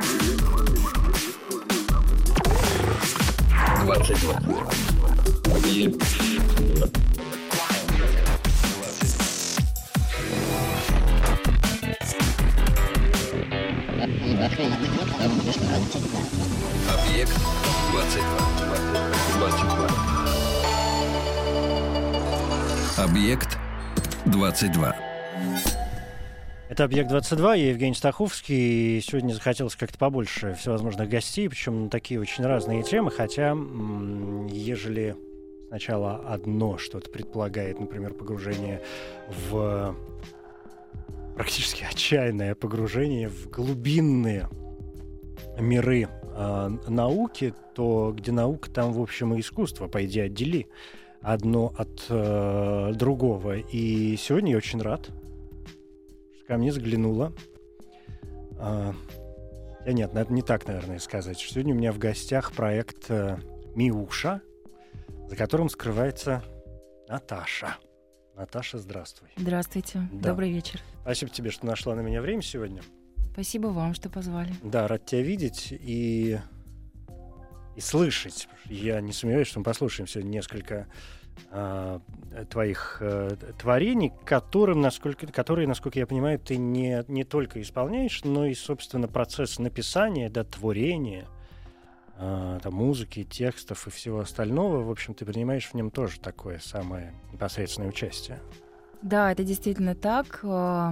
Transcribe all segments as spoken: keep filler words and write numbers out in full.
двадцать два. Объект двадцать два. двадцать два. Объект двадцать два. Это «Объект двадцать два», я Евгений Стаховский, и сегодня захотелось как-то побольше всевозможных гостей, причем на такие очень разные темы, хотя, м- ежели сначала одно что-то предполагает, например, погружение в практически отчаянное погружение в глубинные миры э, науки, то где наука, там, в общем, и искусство, пойди отдели одно от э, другого. И сегодня я очень рад, ко мне заглянула. А, я нет, это не так, наверное, сказать. Сегодня у меня в гостях проект э, «Миуша», за которым скрывается Наташа. Наташа, здравствуй. Здравствуйте. Да. Добрый вечер. Спасибо тебе, что нашла на меня время сегодня. Спасибо вам, что позвали. Да, рад тебя видеть и, и слышать. Я не сомневаюсь, что мы послушаем сегодня несколько твоих э, творений, которым, насколько, которые, насколько я понимаю, ты не, не только исполняешь, но и, собственно, процесс написания, да, творения, э, там, музыки, текстов и всего остального, в общем, ты принимаешь в нем тоже такое самое непосредственное участие. Да, это действительно так.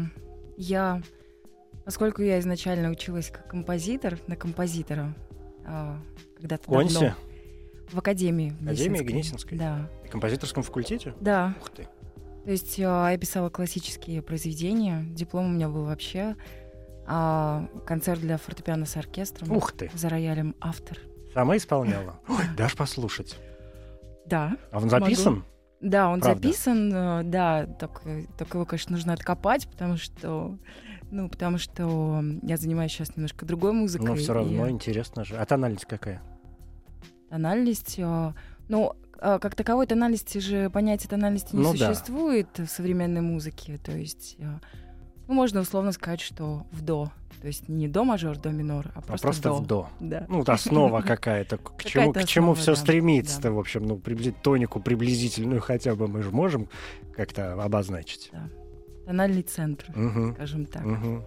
Я, поскольку я изначально училась как композитор, на композитора, когда-то давно. Консе? В академии. Академии Гнесинской? Да. И композиторском факультете? Да. Ух ты. То есть я писала классические произведения. Диплом у меня был вообще. А концерт для фортепиано с оркестром. Ух ты. За роялем автор. Сама исполняла? Ой, дашь послушать? Да. А он записан? Могу. Да, он Правда? записан. Да, только, только его, конечно, нужно откопать, потому что... Ну, потому что я занимаюсь сейчас немножко другой музыкой. Ну, все равно и... интересно же. А тональность какая? Тональность, ну, как таковой тональности же, понятия тональности не ну, существует да. в современной музыке. То есть, ну, можно условно сказать, что в до. То есть не до мажор, до минор, а просто, а просто до. в до. Да. Ну, основа какая-то. К чему, к чему все да, стремится-то, да. в общем, ну, приблизить тонику приблизительную хотя бы мы же можем как-то обозначить. Да. Тональный центр, угу. скажем так. Угу.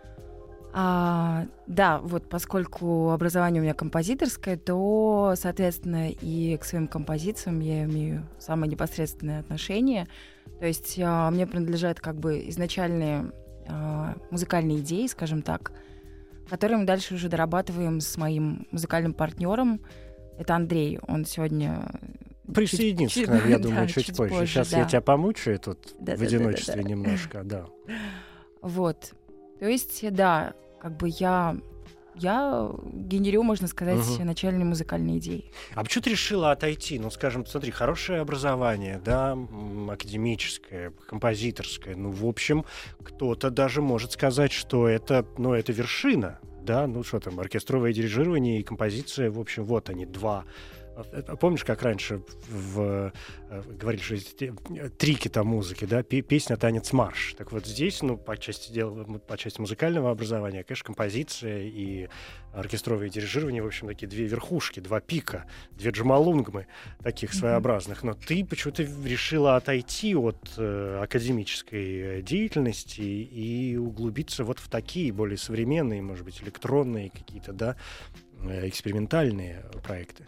А, да, вот поскольку образование у меня композиторское, то, соответственно, и к своим композициям я имею самое непосредственное отношение. То есть а, мне принадлежат как бы изначальные а, музыкальные идеи, скажем так, которые мы дальше уже дорабатываем с моим музыкальным партнером. Это Андрей, он сегодня... Присоединиться чуть, к нам, я да, думаю, чуть, чуть позже. позже. Сейчас да. я тебя помучаю тут да, в да, одиночестве да, да, да. немножко, да. Вот. То есть, да, как бы я, я генерю, можно сказать, угу. начальные музыкальные идеи. А почему ты решила отойти? Ну, скажем, смотри, хорошее образование, да, академическое, композиторское. Ну, в общем, кто-то даже может сказать, что это, ну, это вершина, да, ну, что там, оркестровое дирижирование и композиция, в общем, вот они, два. Помнишь, как раньше в, в, говорили, что три кита музыки, да, песня, танец, марш. Так вот здесь, ну, по части дела, по части музыкального образования, конечно, композиция и оркестровое дирижирование, в общем, такие две верхушки, два пика, две джамалунгмы таких своеобразных. Но ты почему-то решила отойти от э, академической деятельности и углубиться вот в такие более современные, может быть, электронные какие-то, да, экспериментальные проекты.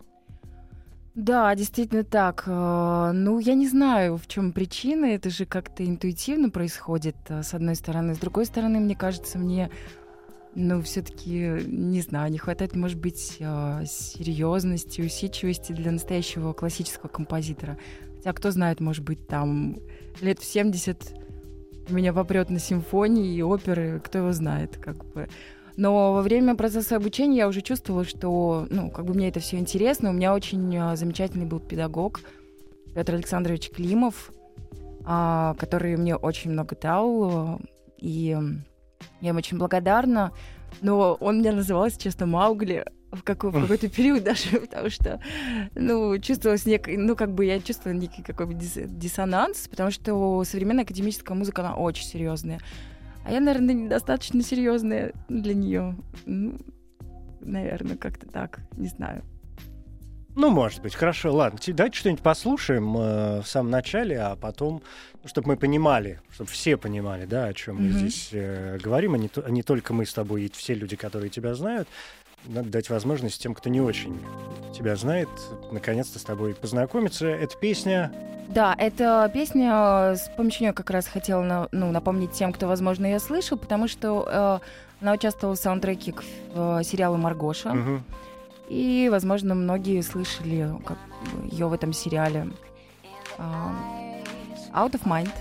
Да, действительно так. Ну, я не знаю, в чем причина. Это же как-то интуитивно происходит, с одной стороны. С другой стороны, мне кажется, мне, ну, все-таки, не знаю, не хватает, может быть, серьезности, усидчивости для настоящего классического композитора. Хотя, кто знает, может быть, там лет в семьдесят меня попрет на симфонии и оперы, кто его знает, как бы. Но во время процесса обучения я уже чувствовала, что, ну, как бы мне это все интересно. У меня очень замечательный был педагог Петр Александрович Климов, который мне очень много дал, и я ему очень благодарна. Но он меня называл, если честно, Маугли в, какой, в какой-то период даже, потому что, ну, чувствовалось некий, ну, как бы я чувствовала некий какой-то диссонанс, потому что современная академическая музыка, она очень серьезная. А я, наверное, недостаточно серьезная для нее. Ну, наверное, как-то так, не знаю. Ну, может быть. Хорошо, ладно. Давайте что-нибудь послушаем э, в самом начале, а потом, ну, чтобы мы понимали, чтобы все понимали, да, о чем mm-hmm. мы здесь э, говорим, а не, а не только мы с тобой и все люди, которые тебя знают. Надо дать возможность тем, кто не очень тебя знает, наконец-то с тобой познакомиться. Эта песня... Да, эта песня, с помощью нее как раз хотела ну, напомнить тем, кто, возможно, ее слышал, потому что э, она участвовала в саундтреке к э, сериалу «Маргоша». Uh-huh. И, возможно, многие слышали как, ее в этом сериале. Uh, «Out of Mind».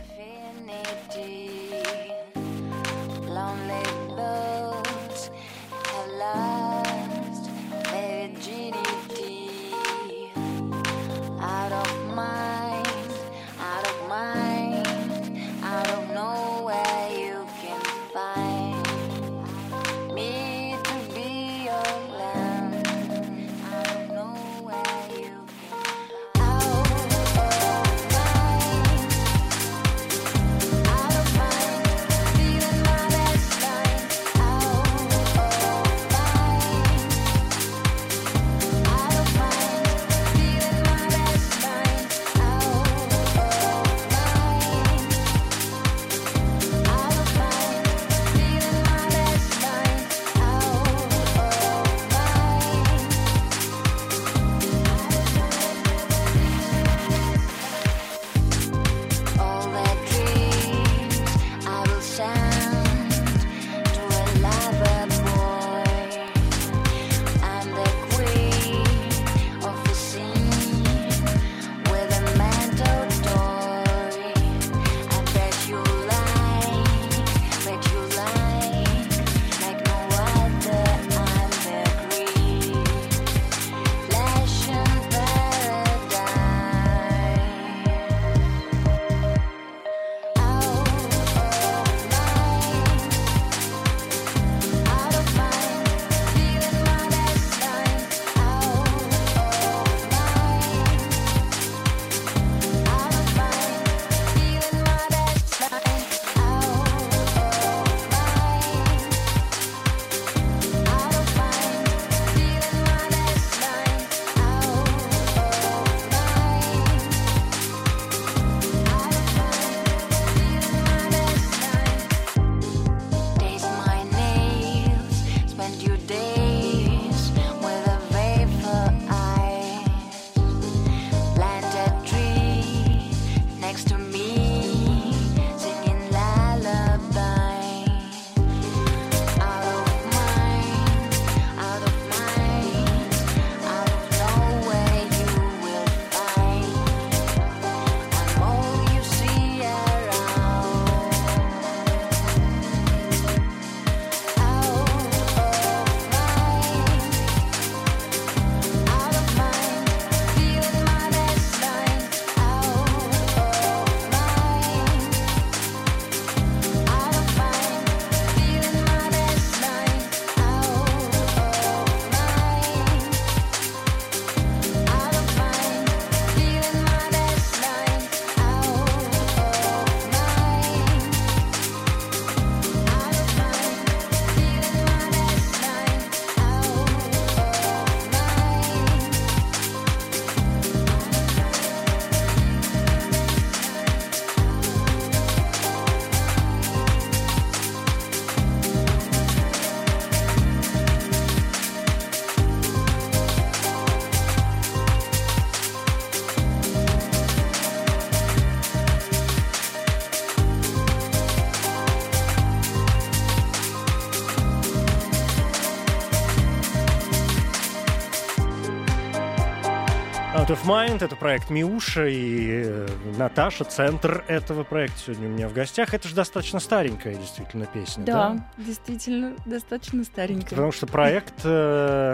Out of Mind — это проект Миуша, и э, Наташа — центр этого проекта, сегодня у меня в гостях. Это же достаточно старенькая, действительно, песня. Да, да? действительно, достаточно старенькая. Потому что проект э,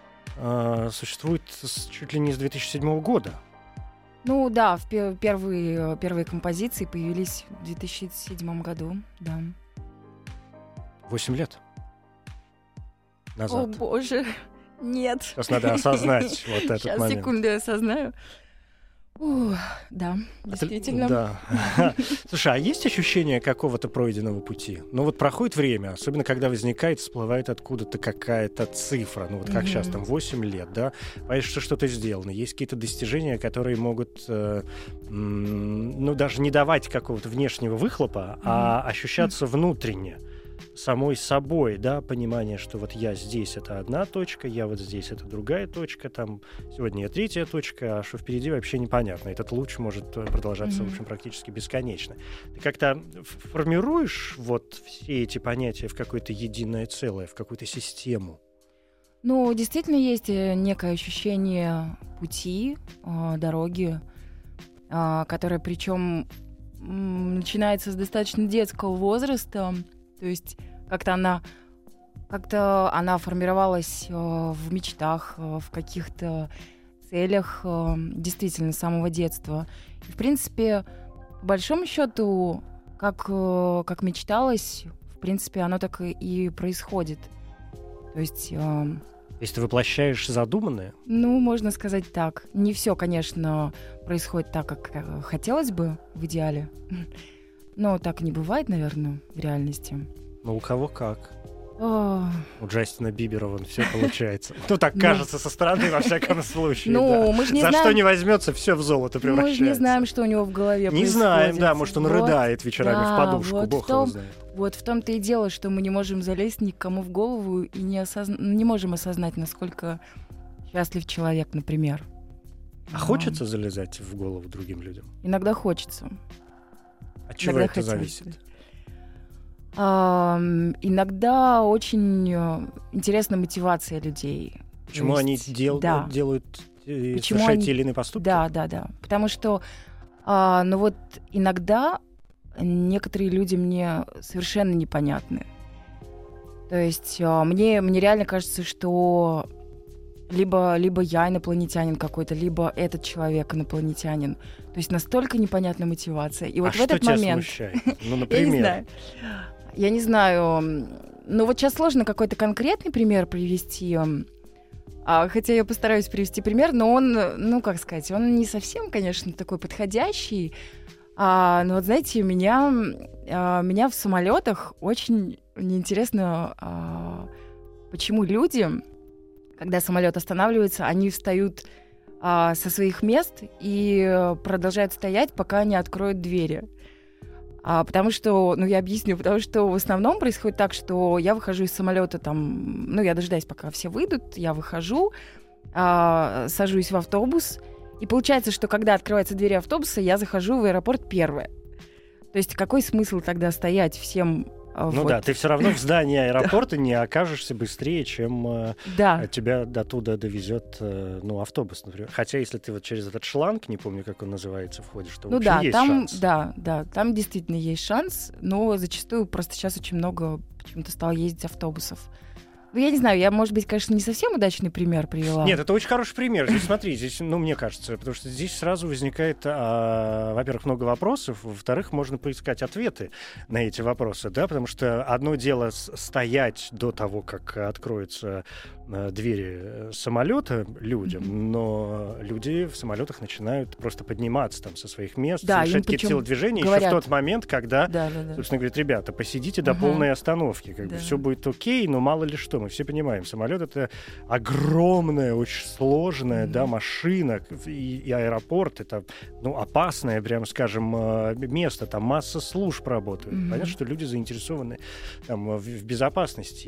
э, существует с, чуть ли не с две тысячи седьмого года. Ну да, в пе- первые, первые композиции появились в две тысячи седьмом году, да. Восемь лет назад. О боже, нет. Сейчас надо осознать вот этот Сейчас, момент. секунду, я осознаю. Ух, да, действительно. Да. Слушай, а есть ощущение какого-то пройденного пути? Ну вот проходит время, особенно когда возникает, всплывает откуда-то какая-то цифра. Ну вот как Мгм. сейчас, там, восемь лет, да? Понимаешь, что что-то сделано. Есть какие-то достижения, которые могут, э, м, ну даже не давать какого-то внешнего выхлопа, а ощущаться внутренне. Самой собой, да, понимание, что вот я здесь — это одна точка, я вот здесь — это другая точка, там сегодня я третья точка, а что впереди вообще непонятно. Этот луч может э, продолжаться, Мгм. в общем, практически бесконечно. Ты как-то ф- формируешь вот все эти понятия в какое-то единое целое, в какую-то систему? Ну, действительно есть э, некое ощущение пути, а, дороги, а, которая причем м, начинается с достаточно детского возраста. То есть как-то она, как-то она формировалась э, в мечтах, э, в каких-то целях, э, действительно, с самого детства. И, в принципе, по большому счету, как, э, как мечталось, в принципе, оно так и, и происходит. То есть, э, Если ты воплощаешь задуманное, ну, можно сказать так. Не все, конечно, происходит так, как э, хотелось бы в идеале. Но так не бывает, наверное, в реальности. ну у кого как. А, У Джастина Бибера вон все получается. Ну так Ну. кажется со стороны, во всяком случае. Ну, да. мы же не За что знаем, не возьмется, все в золото мы превращается. же не знаем, что у него в голове Не происходит. знаем, да, может, он Вот, рыдает вечерами да, в подушку, вот бог в том- его знает. Вот в том-то и дело, что мы не можем залезть никому в голову и не, осозна- не можем осознать, насколько счастлив человек, например. А хочется залезать в голову другим людям? Иногда хочется. От чего Иногда это хотелось зависит? бы. Ам, иногда очень э, интересна мотивация людей. То Почему они есть, дел- да. делают, э, Почему совершают они- те или иные поступки? Да, да, да. Потому что, а, ну вот иногда некоторые люди мне совершенно непонятны. То есть а, мне, мне реально кажется, что либо, либо я инопланетянин какой-то, либо этот человек инопланетянин. То есть настолько непонятна мотивация. И вот а в что этот тебя момент... смущает? Ну, Я не например. знаю. Я не знаю. Ну вот сейчас сложно какой-то конкретный пример привести. А, хотя я постараюсь привести пример, но он, ну как сказать, он не совсем, конечно, такой подходящий. А, но вот знаете, меня, а, меня в самолетах очень неинтересно, а, почему люди, когда самолет останавливается, они встают а, со своих мест и продолжают стоять, пока не откроют двери. А, потому что, ну я объясню, потому что в основном происходит так, что я выхожу из самолета, там, ну я дожидаюсь, пока все выйдут, я выхожу, а, сажусь в автобус, и получается, что когда открываются двери автобуса, я захожу в аэропорт первая. То есть какой смысл тогда стоять всем? а, Ну вот- да, ты все равно в здании аэропорта не окажешься быстрее, чем э, Да. тебя до туда довезет э, ну, автобус, например. Хотя если ты вот через этот шланг, не помню, как он называется, входишь, то в Ну общем, да, есть там, шанс. да, да, там действительно есть шанс, но зачастую просто сейчас очень много почему-то стало ездить автобусов. Ну, я не знаю, я, может быть, конечно, не совсем удачный пример привела. Нет, это очень хороший пример. Здесь, смотри, здесь, ну, мне кажется, потому что здесь сразу возникает, а, во-первых, много вопросов, во-вторых, можно поискать ответы на эти вопросы, да, потому что одно дело с- стоять до того, как откроются а, двери самолета людям, но люди в самолетах начинают просто подниматься там со своих мест, Да, им совершать какие-то причем телодвижения говорят- еще в тот момент, когда, Да, да, да. собственно, говорит, ребята, посидите до Ага. полной остановки, как бы Да. все будет окей, но мало ли что, мы все понимаем, самолет — это огромная, очень сложная, Мгм. да, машина, и, и аэропорт — это, ну, опасное, прям скажем, э, место, там масса служб работают. Мгм. Понятно, что люди заинтересованы там, в, в безопасности,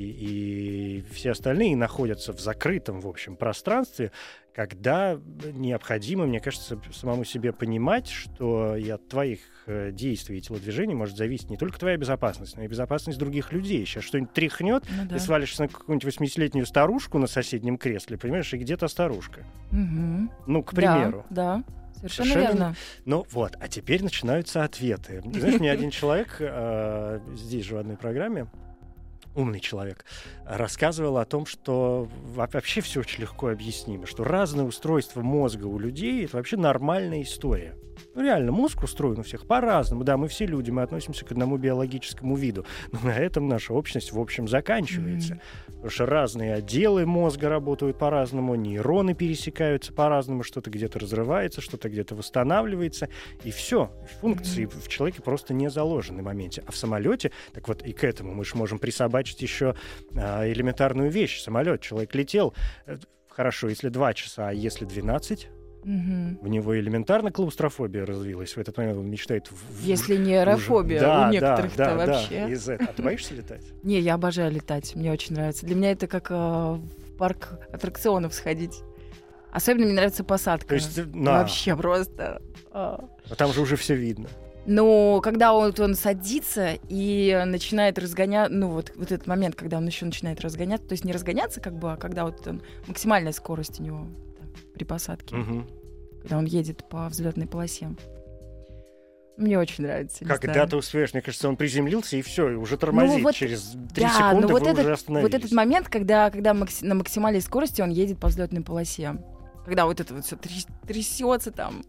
и все остальные находятся в закрытом, в общем, пространстве, когда необходимо, мне кажется, самому себе понимать, что и от твоих э, действий и телодвижений может зависеть не только твоя безопасность, но и безопасность других людей. Сейчас что-нибудь тряхнет, Ну да. ты свалишься на какую-нибудь восьмидесятилетнюю старушку на соседнем кресле, понимаешь, и где-то старушка. Мгм. Ну, к Да, примеру. Да, совершенно Совершенно верно. Ну вот, а теперь начинаются ответы. Ты знаешь, мне один человек э, здесь же в одной программе умный человек, рассказывал о том, что вообще все очень легко объяснимо, что разное устройство мозга у людей — это вообще нормальная история. Ну, реально, мозг устроен у всех по-разному. Да, мы все люди, мы относимся к одному биологическому виду. Но на этом наша общность, в общем, заканчивается. Mm-hmm. Потому что разные отделы мозга работают по-разному, нейроны пересекаются по-разному, что-то где-то разрывается, что-то где-то восстанавливается. И все. Функции mm-hmm. в человеке просто не заложены в моменте. А в самолете, так вот и к этому мы же можем присобачить еще а, элементарную вещь. Самолет, человек летел, хорошо, если два часа, а если двенадцать... Угу. У него элементарно клаустрофобия развилась. В этот момент он мечтает... В... Если не аэрофобия, да, у некоторых-то да, да, вообще. Да, из этого. А ты боишься летать? Не, я обожаю летать, мне очень нравится. Для меня это как э, в парк аттракционов сходить. Особенно мне нравится посадка. То есть, на. Вообще просто... А там же уже все видно. Но когда он, он садится и начинает разгоняться, ну вот, вот этот момент, когда он еще начинает разгоняться, то есть не разгоняться как бы, а когда вот он, максимальная скорость у него при посадке, угу. когда он едет по взлетной полосе. Мне очень нравится. Когда ты успеешь, мне кажется, он приземлился и все, и уже тормозит. Ну, вот, через три да, секунды вот вы этот, уже остановились. Вот этот момент, когда, когда макс, на максимальной скорости он едет по взлетной полосе. Когда вот это вот все трясется там.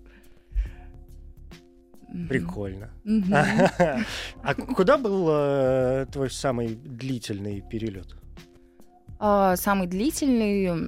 Прикольно. Mm-hmm. А куда был э, твой самый длительный перелет? Uh, самый длительный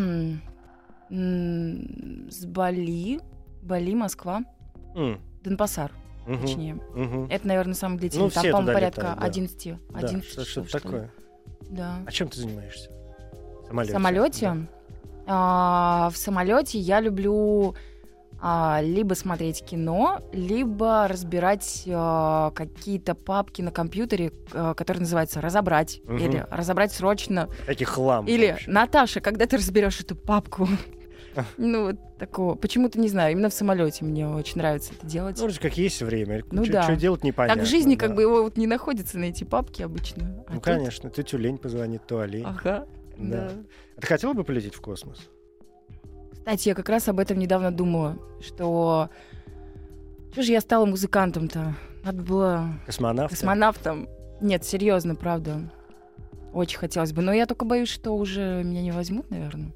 с Бали, Бали, Москва, mm. Денпасар, mm-hmm. точнее. Mm-hmm. Это, наверное, самый длительный. Ну, там, по-моему, порядка летают, да. одиннадцать, одиннадцать да, часов, что-то такое. Да. А чем ты занимаешься? В самолете? В самолете? Да. А, в самолете я люблю а, либо смотреть кино, либо разбирать а, какие-то папки на компьютере, а, которые называются «разобрать», угу. или «разобрать срочно». Какие хлам. Или «Наташа, когда ты разберешь эту папку?» Ну, вот такого. Почему-то, не знаю, именно в самолете мне очень нравится это делать. Ну, вроде как есть время. Ну, Что да. делать, непонятно. Так в жизни да. как бы его вот не находится на эти папки обычно. А ну, тут... конечно. То тюлень позвонит, то олень. Ага, да. да. А ты хотела бы полететь в космос? Кстати, я как раз об этом недавно думала, что... Что же я стала музыкантом-то? Надо было... Космонавтом? Космонавтом. Нет, серьезно, правда. Очень хотелось бы. Но я только боюсь, что уже меня не возьмут, наверное.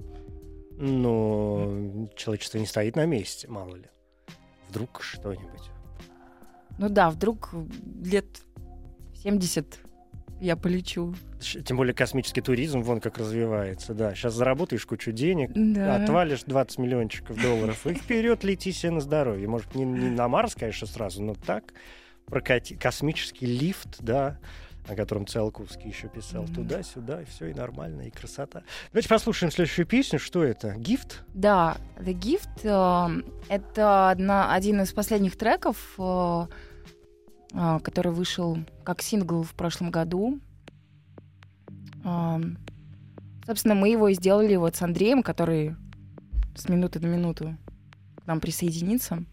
Но человечество не стоит на месте, мало ли. Вдруг что-нибудь. Ну да, вдруг лет семьдесят я полечу. Тем более космический туризм, вон как развивается, да. Сейчас заработаешь кучу денег, да. отвалишь двадцать миллиончиков долларов и вперед лети себе на здоровье. Может, не, не на Марс, конечно, сразу, но так. Прокати... Космический лифт, да, о котором Циолковский еще писал, mm-hmm. туда-сюда, и все, и нормально, и красота. Давайте послушаем следующую песню. Что это? Gift? Да, The Gift э, — это одна, один из последних треков, э, э, который вышел как сингл в прошлом году. Э, собственно, мы его и сделали вот с Андреем, который с минуты на минуту к нам присоединится.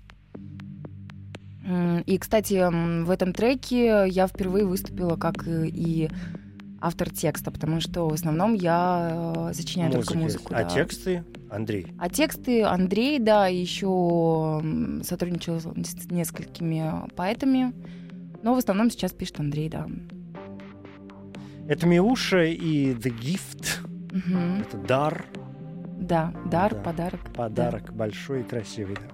И, кстати, в этом треке я впервые выступила как и автор текста, потому что в основном я сочиняю Музыка. только музыку. А да. тексты Андрей? А тексты Андрей, да, еще сотрудничал с несколькими поэтами, но в основном сейчас пишет Андрей, да. Это Миуша и The Gift. Угу. Это дар. Да, дар, да. подарок. Подарок да. большой и красивый, да.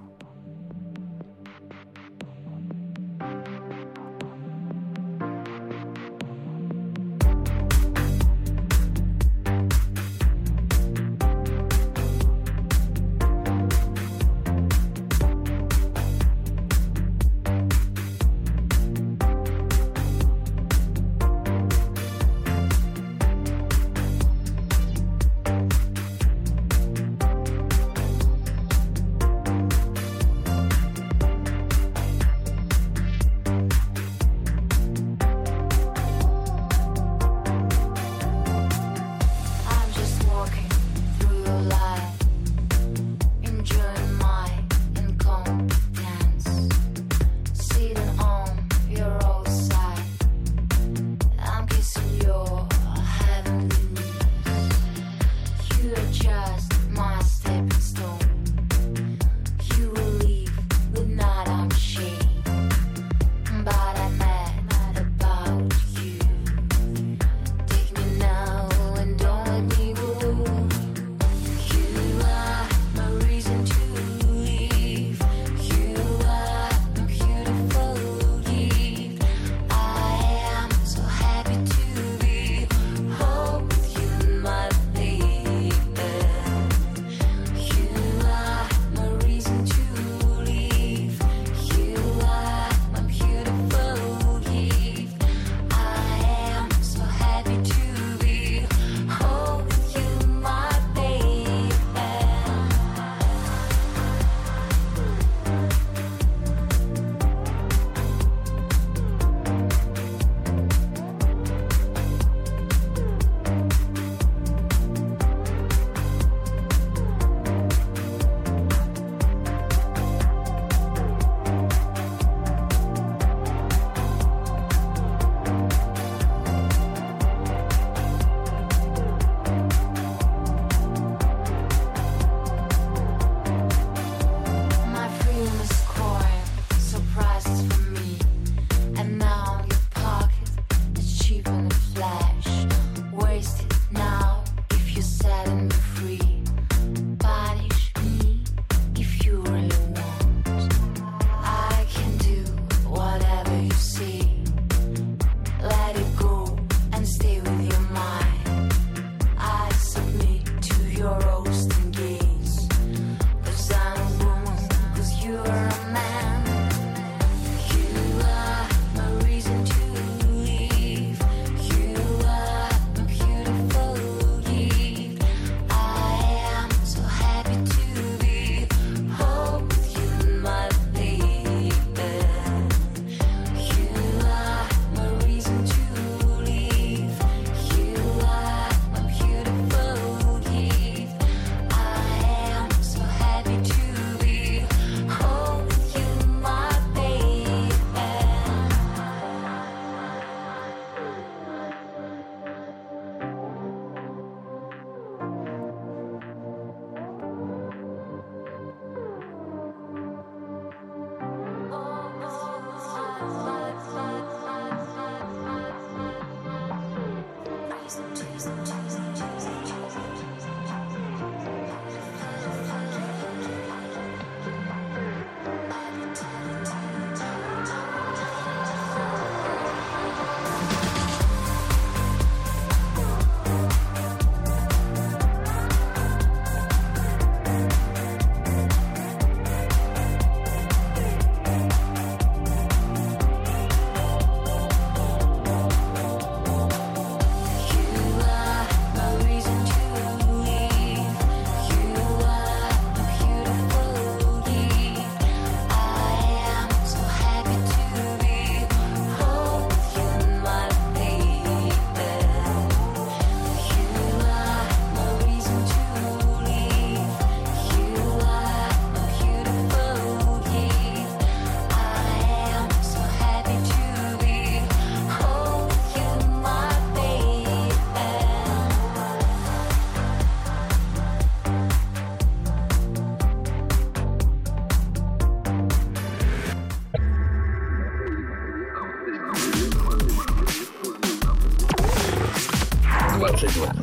двадцать два.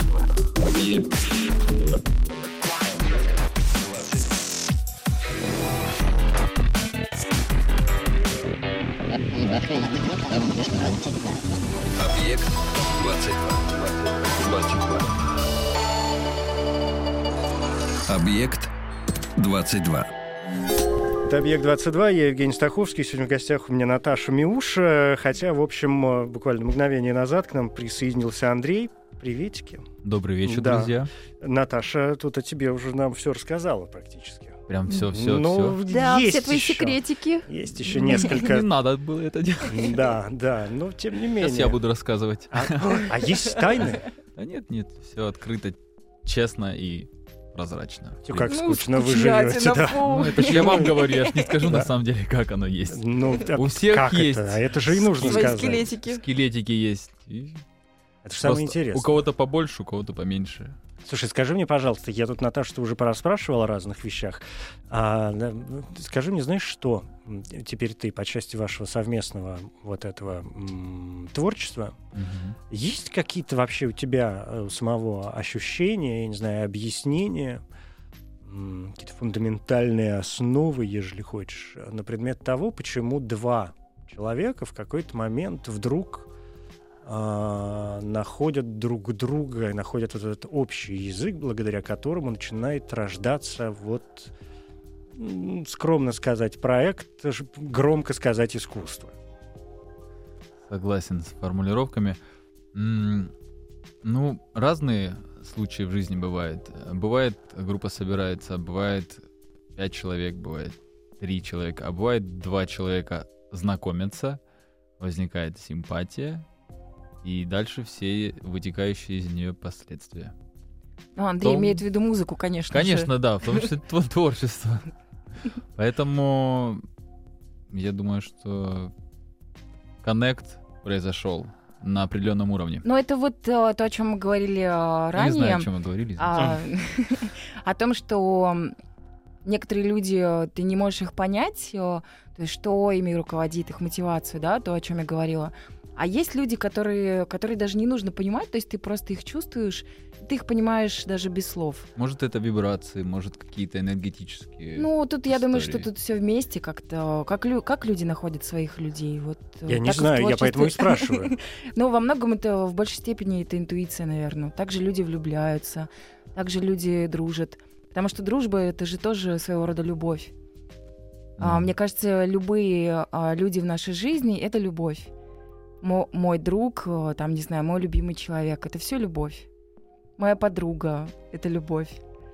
Объект двадцать два. двадцать два. Объект двадцать два. Это «Объект двадцать два», я Евгений Стаховский. Сегодня в гостях у меня Наташа Миуша. Хотя, в общем, буквально мгновение назад к нам присоединился Андрей. Приветики. Добрый вечер, да. друзья. Наташа тут о тебе уже нам все рассказала практически. Прям все, все, ну, все. Да, есть все твои еще, секретики. Есть еще несколько... Не надо было это делать. Да, да, но тем не менее. Сейчас я буду рассказывать. А, а есть тайны? Да нет, нет, все открыто, честно и прозрачно. Типа, как Ну, скучно вы скучнятина, живете, да. фу. Ну, это ж я вам говорю, я ж не скажу Да. на самом деле, как оно есть. Ну, а У всех как есть. это? А это же и нужно Свои сказать. скелетики. Скелетики есть. И Это же самое просто интересное. У кого-то побольше, у кого-то поменьше. Слушай, скажи мне, пожалуйста, я тут, Наташа, уже порасспрашивал о разных вещах. А, да, скажи мне, знаешь что? Теперь ты по части вашего совместного вот этого м, творчества. Мгм. Есть какие-то вообще у тебя э, у самого ощущения, я не знаю, объяснения, м, какие-то фундаментальные основы, ежели хочешь, на предмет того, почему два человека в какой-то момент вдруг а, находят друг друга и находят вот этот общий язык, благодаря которому начинает рождаться вот, м, скромно сказать, проект, ж- громко сказать, искусство. Согласен с формулировками. М, Ну, разные случаи в жизни бывают. Бывает, группа собирается, бывает пять человек, бывает три человека, а бывает два человека знакомятся, возникает симпатия, и дальше все вытекающие из нее последствия. Ну, Андрей Том- имеет в виду музыку, конечно же. Конечно, да, в том числе тво- творчество. Поэтому я думаю, что коннект произошел на определенном уровне. Но это вот э, то, о чем мы говорили э, Не ранее. знаю, о чем мы говорили. извините. А, о том, что некоторые люди, э, ты не можешь их понять, э, то есть что ими руководит, их мотивацию, да, то, о чем я говорила. А есть люди, которые, которые даже не нужно понимать, то есть ты просто их чувствуешь, ты их понимаешь даже без слов. Может, это вибрации, может, какие-то энергетические. Ну, тут я думаю, что истории. тут все вместе как-то, как, лю- как люди находят своих людей. Вот, э, Я не так и в знаю, я творчестве. поэтому и спрашиваю. Ну, во многом это в большей степени это интуиция, наверное. Также люди влюбляются, также люди дружат. Потому что дружба — это же тоже своего рода любовь. А, Мгм. мне кажется, любые а, люди в нашей жизни — это любовь. Мо- мой друг, э, там, не знаю, мой любимый человек — это все любовь. Моя подруга — это любовь.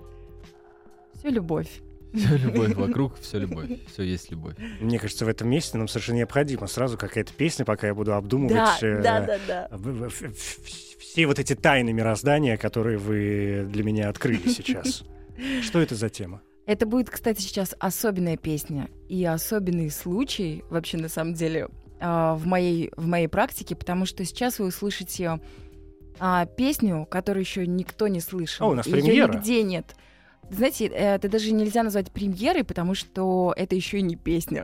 Все любовь. Все любовь вокруг, все любовь. Все есть любовь. Мне кажется, в этом месте нам совершенно необходимо сразу какая-то песня, пока я буду обдумывать Да, э, да, да, да. в- в- в- все вот эти тайны мироздания, которые вы для меня открыли сейчас. Что это за тема? Это будет, кстати, сейчас особенная песня и особенный случай, вообще, на самом деле, а, в моей, в моей практике, потому что сейчас вы услышите а, песню, которую еще никто не слышал. О, у нас Её премьера. нигде нет. Знаете, э, это даже нельзя назвать премьерой, потому что это еще и не песня.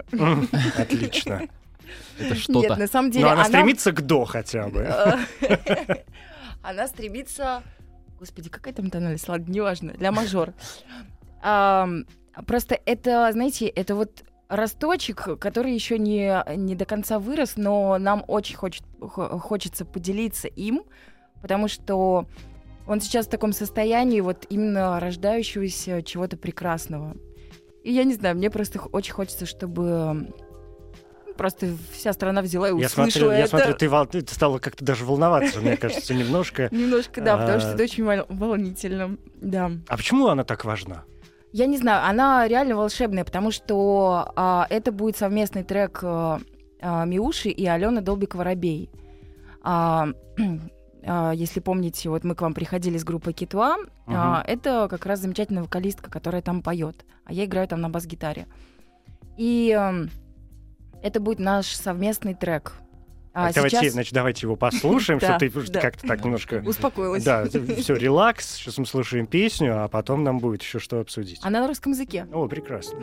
Отлично. Это Нет, что-то. на самом деле Но она она... стремится к до хотя бы. Э, Она стремится... Господи, какая там тональность? Ладно, неважно. Ля мажор. А, просто это, знаете, это вот росточек, который еще не, не до конца вырос, но нам очень хочет, хочется поделиться им, потому что он сейчас в таком состоянии вот именно рождающегося чего-то прекрасного. И я не знаю, мне просто очень хочется, чтобы... Просто вся страна взяла и я услышала смотрю, это. Я смотрю, ты, вол... ты стала как-то даже волноваться, мне кажется, немножко. Немножко, да, потому что это очень волнительно, да. А почему она так важна? Я не знаю, она реально волшебная, потому что а, это будет совместный трек а, Миуши и Алены Долбик-Воробей. А, а, если помните, вот мы к вам приходили с группой Китуа, угу. а, это как раз замечательная вокалистка, которая там поет, а я играю там на бас-гитаре. И... это будет наш совместный трек. А давайте, сейчас... значит, давайте его послушаем, что ты да. как-то так немножко... Успокоилась. Да, все, релакс. Сейчас мы слушаем песню, а потом нам будет еще что обсудить. Она на русском языке. О, прекрасно.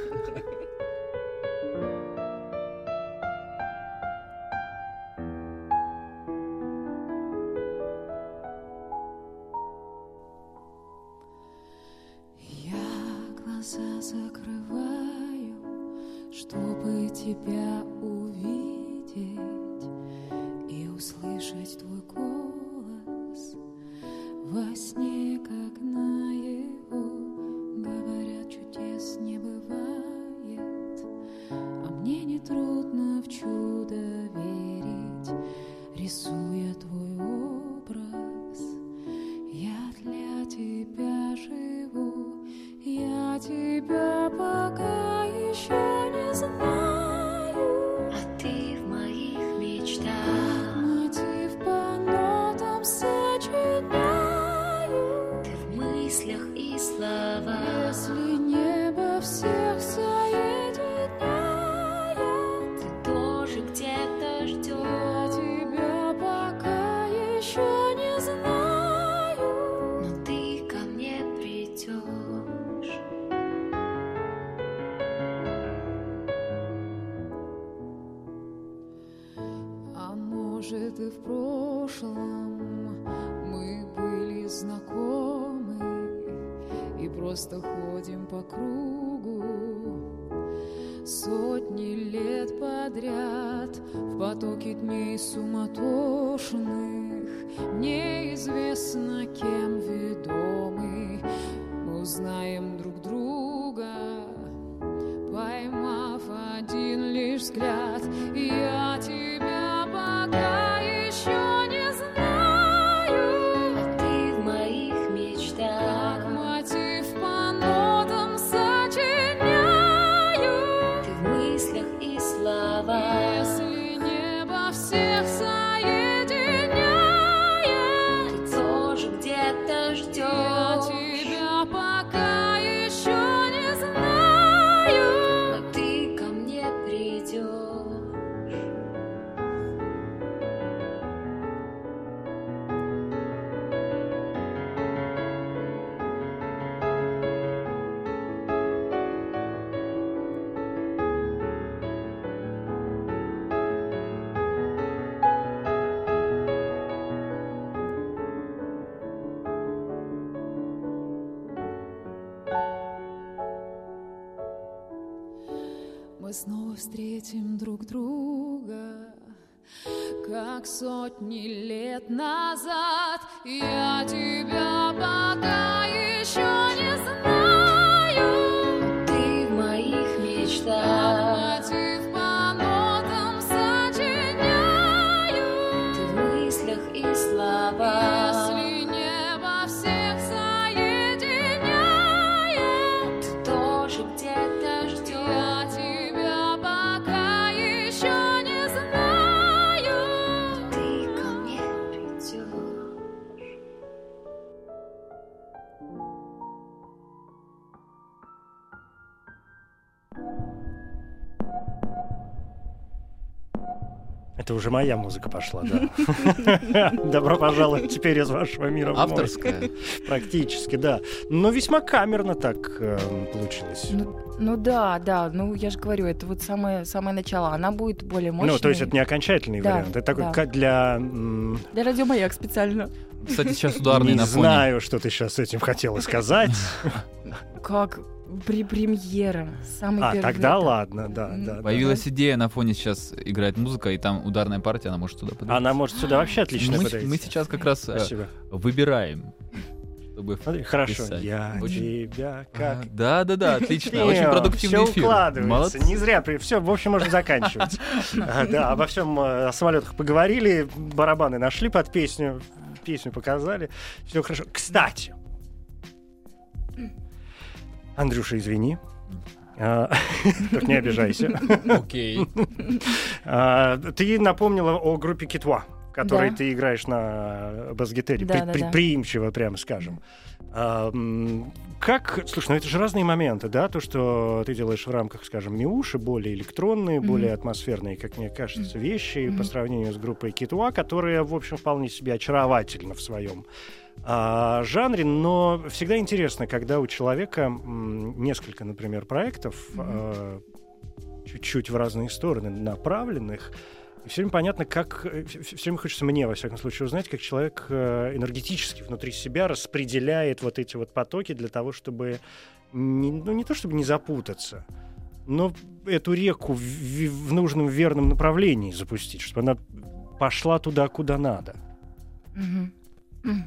Я глаза закрываю, чтобы тебя увидеть и услышать твой голос во сне, как наяву. Говорят, чудес не бывает, а мне нетрудно в чудо верить, рисуя твой образ. Я для тебя живу, я тебя пока еще не знаю. А ты в моих мечтах, мотив по нотам сочиняю. Ты в мыслях и словах. Если небо всех соединяет, ты тоже где-то ждешь. я тебя пока еще не знаю, но ты ко мне придешь. Может, и в прошлом мы были знакомы и просто ходим по кругу сотни лет подряд в потоке дней суматошных. Неизвестно, кем ведомы, мы узнаем друг друга, поймав один лишь взгляд. Я тебя пока еще не знаю, а ты в моих мечтах, как мотив по нотам сочиняю. Ты в мыслях и словах. Если небо всех соединяет, ты тоже где-то ждешь. я тебя пока еще не знаю, но ты ко мне придешь. мы снова встретим друг друга, как сотни лет назад. Я тебя пока еще не знаю, ты в моих мечтах, мотив по нотам сочиняю. ты в мыслях и словах. Если небо всех соединяет, ты тоже где-то ждешь. я тебя пока еще не знаю, ты ко мне придешь. Это уже моя музыка пошла, да. Добро пожаловать теперь из вашего мира в мой. Авторская. Практически, да. Но весьма камерно так э, получилось. Ну, ну да, да, ну я же говорю, это вот самое, самое начало. Она будет более мощной. Ну, то есть это не окончательный Да, вариант. Это такой да. как для... м, Для радиомаяк специально. Кстати, сейчас ударный Не на фоне. знаю, что ты сейчас с этим хотела сказать. Как при премьера. Самый А, первый тогда это. ладно, да, М. да. да. Появилась идея, на фоне сейчас играет музыка, и там ударная партия, она может туда подойти. Она может сюда вообще отлично мы, подойти. мы сейчас как раз э, Спасибо. выбираем, чтобы Смотри, хорошо. писать. Я Очень- тебя А, как... Да, да, да, отлично. Очень продуктивный все эфир. укладывается. Молодцы. Не зря. Все, в общем, можно заканчивать. А, Да, обо всем э, о самолетах поговорили, барабаны нашли под песню, песню показали. Все хорошо. Кстати, Андрюша, извини. А, Только не обижайся. Окей. А, Ты напомнила о группе Китва, в которой Да. ты играешь на бас-гитаре. Да, Пред- да, да. Предприимчиво, прямо скажем. А, м, Как, слушай, ну это же разные моменты, да, то, что ты делаешь в рамках, скажем, Миуши, более электронные, Мгм. более атмосферные, как мне кажется, вещи Мгм. по сравнению с группой Китва, которая, в общем, вполне себе очаровательна в своем а, жанре, но всегда интересно, когда у человека м, несколько, например, проектов, Мгм. а, чуть-чуть в разные стороны направленных, и все время понятно, как... Все время хочется мне, во всяком случае, узнать, как человек э, энергетически внутри себя распределяет вот эти вот потоки для того, чтобы... Не, ну, не то чтобы не запутаться, но эту реку в, в- в нужном верном направлении запустить, чтобы она пошла туда, куда надо. Мгм. Мгм.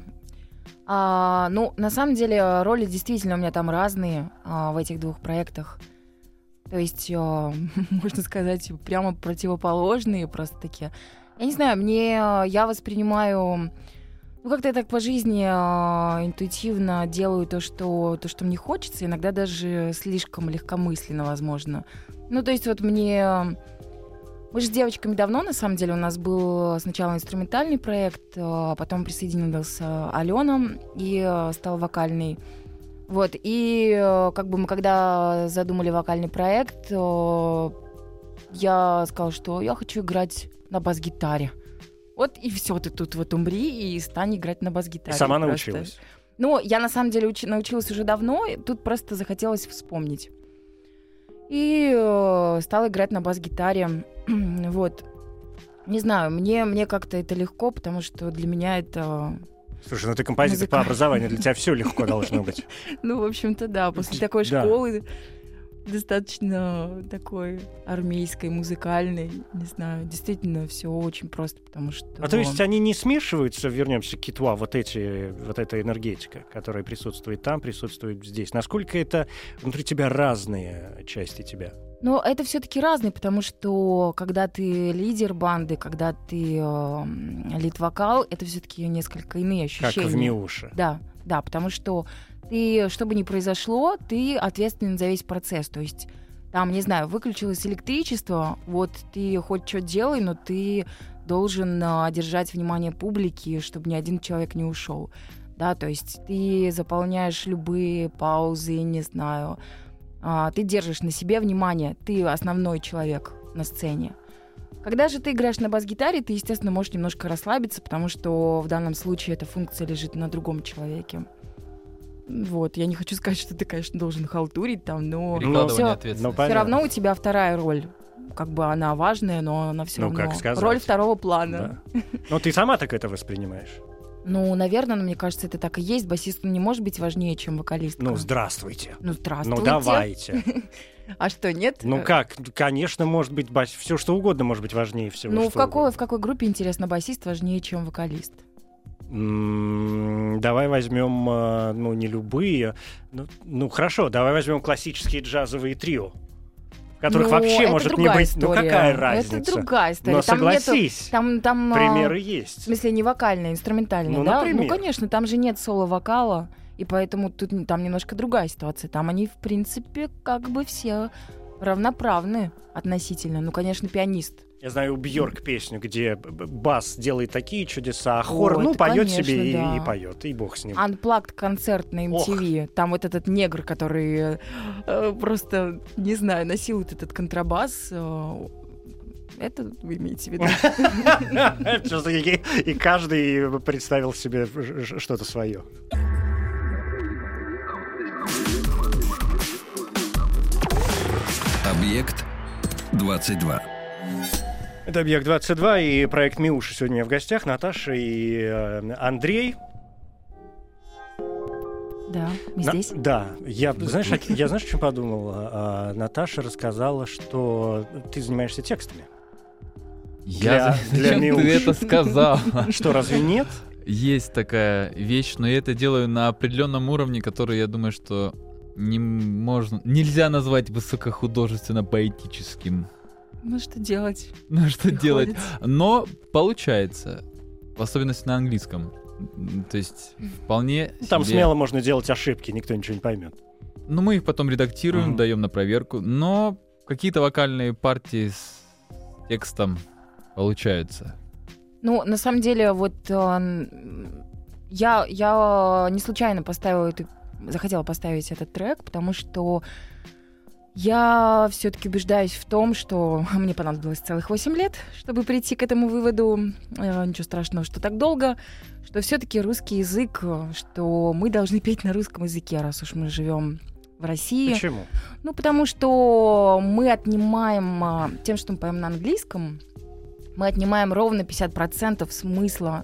А, ну, на самом деле, роли действительно у меня там разные а, в этих двух проектах. То есть, а, можно сказать, прямо противоположные просто такие. Я не знаю, мне а, я воспринимаю... Ну, как-то я так по жизни а, интуитивно делаю то что, то, что мне хочется, иногда даже слишком легкомысленно, возможно. Ну, то есть вот мне... Мы же с девочками давно, на самом деле, у нас был сначала инструментальный проект, а потом присоединился Алена и а, стал вокальный. Вот, и а, как бы мы когда задумали вокальный проект, а, я сказала, что я хочу играть на бас-гитаре. Вот и все, ты тут вот умри и стань играть на И бас-гитаре. сама Просто. научилась. Ну, я на самом деле учи- научилась уже давно, и тут просто захотелось вспомнить. И э, стала играть на бас-гитаре. Вот. Не знаю, мне, мне как-то это легко, потому что для меня это... Слушай, ну ты композитор Музыка. по образованию, для тебя все легко должно быть. Ну, в общем-то, да, после такой Да. школы достаточно такой армейской, музыкальной, не знаю, действительно все очень просто, потому что... А то есть они не смешиваются, вернемся к Китва, вот эти, вот эта энергетика, которая присутствует там, присутствует здесь. Насколько это внутри тебя разные части тебя? Но это все-таки разные, потому что когда ты лидер банды, когда ты э, лид-вокал, это все-таки несколько иные ощущения. Как в Миуше. Да, да, потому что ты, что бы ни произошло, ты ответственен за весь процесс. То есть там, не знаю, выключилось электричество, вот ты хоть что делай, но ты должен а, держать внимание публики, чтобы ни один человек не ушел. Да, то есть ты заполняешь любые паузы, не знаю, а, ты держишь на себе внимание, ты основной человек на сцене. Когда же ты играешь на бас-гитаре, ты, естественно, можешь немножко расслабиться, потому что в данном случае эта функция лежит на другом человеке. Вот, я не хочу сказать, что ты, конечно, должен халтурить там, но Перекладывание всё- ответственности. Ну, все понятно. равно у тебя вторая роль. Как бы она важная, но она все Ну, равно как сказать. роль второго плана. Да. Ну, ты сама так это воспринимаешь. Ну, наверное, мне кажется, это так и есть. Басист он не может быть важнее, чем вокалистка. Ну, здравствуйте. Ну, здравствуйте. Ну, давайте. А что, нет? Ну как, конечно, может быть, все что угодно может быть важнее всего. Ну, в что какой, угодно. в какой группе, интересно, басист важнее, чем вокалист? М, Давай возьмем, а, ну, не любые. Ну, ну, хорошо, давай возьмем классические джазовые трио, в которых Ну, вообще это может не другая быть. Ну, история. какая разница? Это другая история. Но Там нету- согласись, Там, там, а, примеры В есть. смысле, не вокальная, инструментальная, Ну, да? например. Ну, конечно, там же нет соло-вокала, и поэтому тут н- там немножко другая ситуация. Там они, в принципе, как бы все равноправны относительно. Ну, конечно, пианист. Я знаю у Бьорк песню, где б- б- бас делает такие чудеса, а хор, О, ну, это, поет конечно, себе и- да. и, поет, и бог с ним. Unplugged концерт на эм ти ви. Там вот этот негр, который э, просто, не знаю, насилует этот контрабас. э, Это вы имеете в виду? Что за- И и каждый представил себе ж- ж- что-то свое. Объект двадцать два. Это «Объект двадцать два» и проект «Миуши». Сегодня у меня в гостях Наташа и э, Андрей. Да, мы На- здесь. Да, я, знаешь, о- я знаешь, о чем подумал? А, Наташа рассказала, что ты занимаешься текстами. Я Для- для зачем ты Миуши. это сказал? Что, разве нет? Есть такая вещь, но я это делаю на определенном уровне, который, я думаю, что не можно, нельзя назвать высокохудожественно-поэтическим. Ну что делать? Ну что делать? Приходится. Но получается, в особенности на английском. М, То есть вполне Там себе- смело можно делать ошибки, никто ничего не поймет. Ну, мы их потом редактируем, Мгм. даем на проверку, но какие-то вокальные партии с текстом получаются. Ну, на самом деле, вот э, н- я, я не случайно поставила эту, захотела поставить этот трек, потому что я все-таки убеждаюсь в том, что мне понадобилось целых восемь лет, чтобы прийти к этому выводу. Э, Ничего страшного, что так долго. Что все-таки русский язык, э, что мы должны петь на русском языке, раз уж мы живем в России. Почему? Ну, потому что мы отнимаем, а, тем, что мы поем на английском, мы отнимаем ровно пятьдесят процентов смысла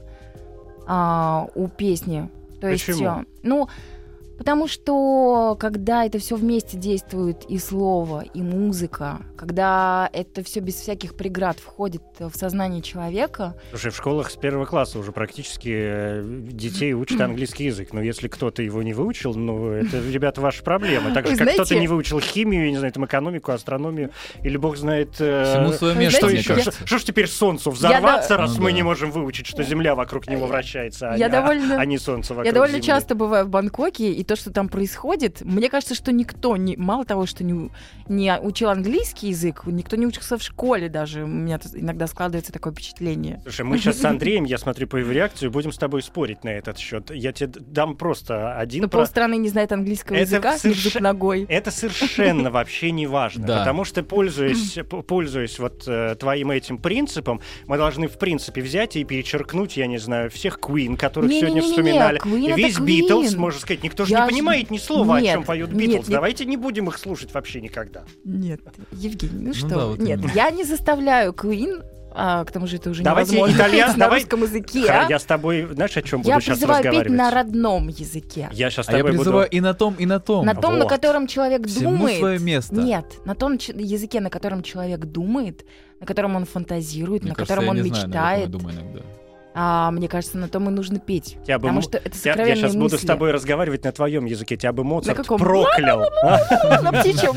а, у песни. То есть, Почему? а, ну, потому что когда это все вместе действует, и слово, и музыка, когда это все без всяких преград входит в сознание человека, Слушай, в школах с первого класса уже практически э, детей учат английский язык. Но если кто-то его не выучил, ну, это, ребята, ваша проблема. Так же, Вы как кто-то знаете- не выучил химию, я не знаю, там, экономику, астрономию, или бог знает... э, Всему свое Вы место, Что знаете, мне еще? кажется. Что, что ж теперь Солнцу взорваться, да- раз Ну мы да. не можем выучить, что Земля вокруг него вращается, а, Я не- довольно- а не Солнце вокруг я довольно Земли? часто бываю в Бангкоке, и то, что там происходит, мне кажется, что никто, не, мало того, что не, не учил английский язык, никто не учился в школе даже. У меня тут иногда складывается такое впечатление. Слушай, мы сейчас с Андреем, я смотрю по его реакции, будем с тобой спорить на этот счет. Я тебе дам просто один... Но про- полстраны не знает английского Это языка, соверш- язык ногой. Это совершенно вообще не важно, Да. потому что, пользуясь, п- пользуясь вот э, твоим этим принципом, мы должны, в принципе, взять и перечеркнуть, я не знаю, всех Queen, которых сегодня Не-не-не-не, вспоминали, Queen и это весь Queen. Битлз, можно сказать. Никто же Я не ж- понимает ни слова, Нет, о чем поют нет, Битлз. нет. Давайте не будем их слушать вообще никогда. Нет, Евгений, ну, Ну что? да, вот Нет, именно. я не заставляю Queen, а, к тому же это уже Давайте невозможно итальян- петь на давай- русском языке. Ха, а? Я с тобой, знаешь, о чем Я буду сейчас призываю петь разговаривать? на родном языке. Я сейчас с А я тобой буду... призываю и на том, и на том. На том, на Вот. котором человек Всему думает. свое место. Нет, на том ч- языке, на котором человек думает, на котором он фантазирует, Мне на кажется, котором я он не знаю, на каком я мечтает. думаю иногда. А, мне кажется, на том и нужно петь. Тебя бы Потому м- что это Я, сокровенные сейчас буду с мысли. тобой разговаривать на твоем языке. Тебя бы Моцарт каком? проклял. На птичьем.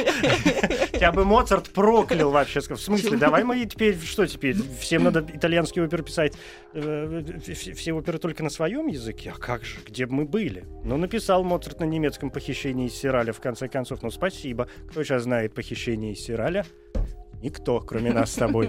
Тебя бы Моцарт проклял вообще. В смысле, давай мы теперь, что теперь? Всем надо итальянские оперы писать. э, вс- Все оперы только на своем языке? А как же? Где бы мы были? Ну, написал Моцарт на немецком «Похищение из Сираля», в конце концов. Ну, спасибо. Кто сейчас знает «Похищение из Сираля»? Никто, кроме нас с тобой.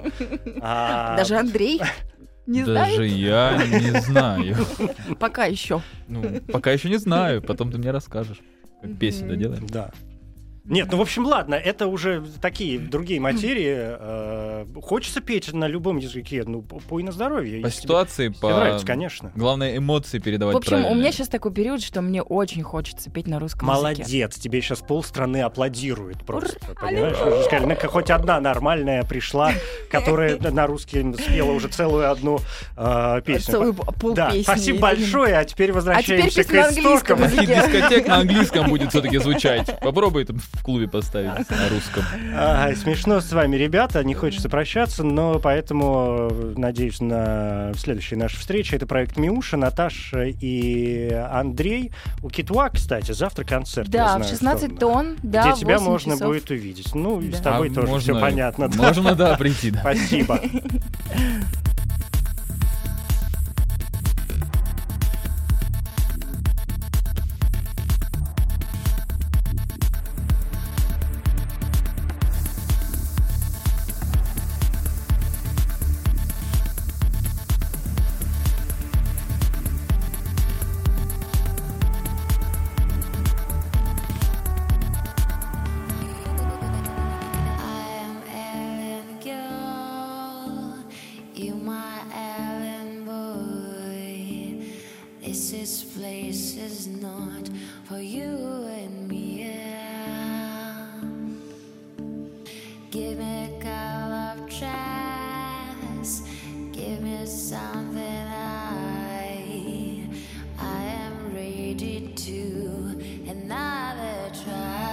А, Даже Андрей не знает. Даже я не знаю. Пока еще. Ну, пока еще не знаю, потом ты мне расскажешь. Как песню Мгм. доделаем. Да. Нет, ну, в общем, ладно, это уже такие другие материи. Э, Хочется петь на любом языке, ну, по- пой на здоровье. По если тебе- ситуации, если тебе нравится, по... конечно. Главное, эмоции передавать В общем, у правильно. меня сейчас такой период, что мне очень хочется петь на русском языке. Молодец, тебе сейчас полстраны аплодирует просто, Ура! понимаешь? Уже сказали, ну-ка, хоть одна нормальная пришла, которая на русский спела уже целую одну э, песню. Целую полпесни. Да, спасибо большое, а теперь возвращаемся песня на к истокам. английском И дискотек на английском будет все-таки звучать. Попробуй там в клубе поставить на русском. Ага, смешно с вами, ребята, не хочется прощаться, но поэтому э, надеюсь на следующие наши встречи. Это проект Миуша, Наташа и Андрей. У Китуа, кстати, завтра концерт. я Да, знаю, в шестнадцать что- тон, да, где тебя восемь можно часов. будет увидеть. Ну, и с Да. тобой А тоже можно- все понятно. да. Можно, да, прийти, да. Спасибо. I am Ellen girl, you my Ellen boy. This is place is not for you and me. Yeah. Give me a cup of jazz, give me something I I am ready to another try.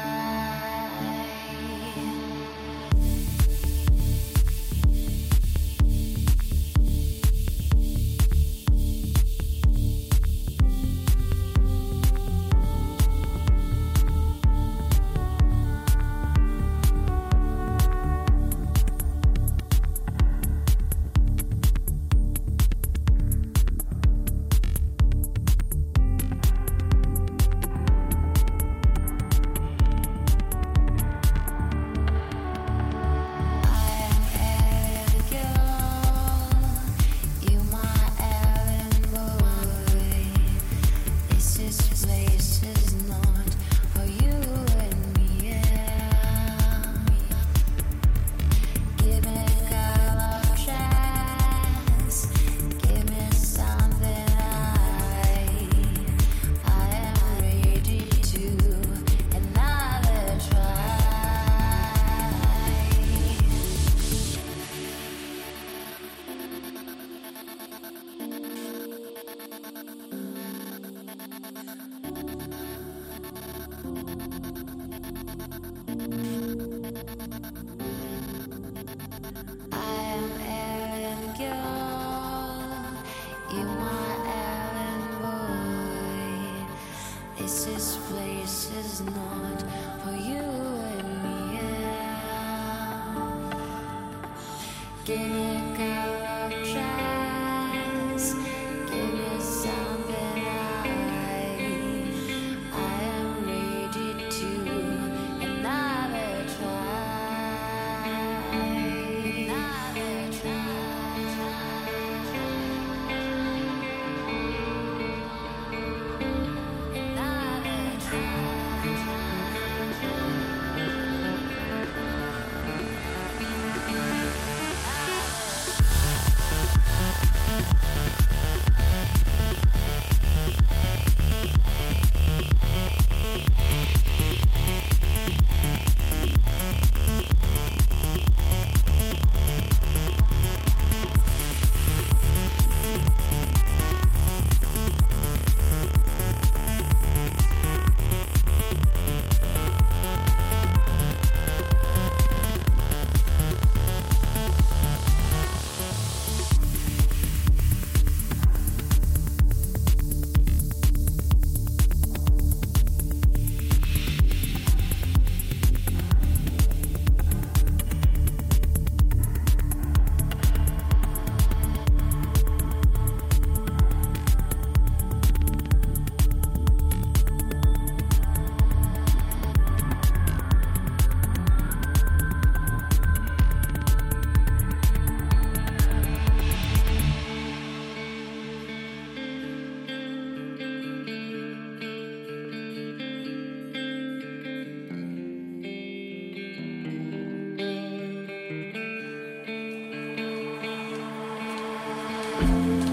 This place is not for you and me. Yeah. Give me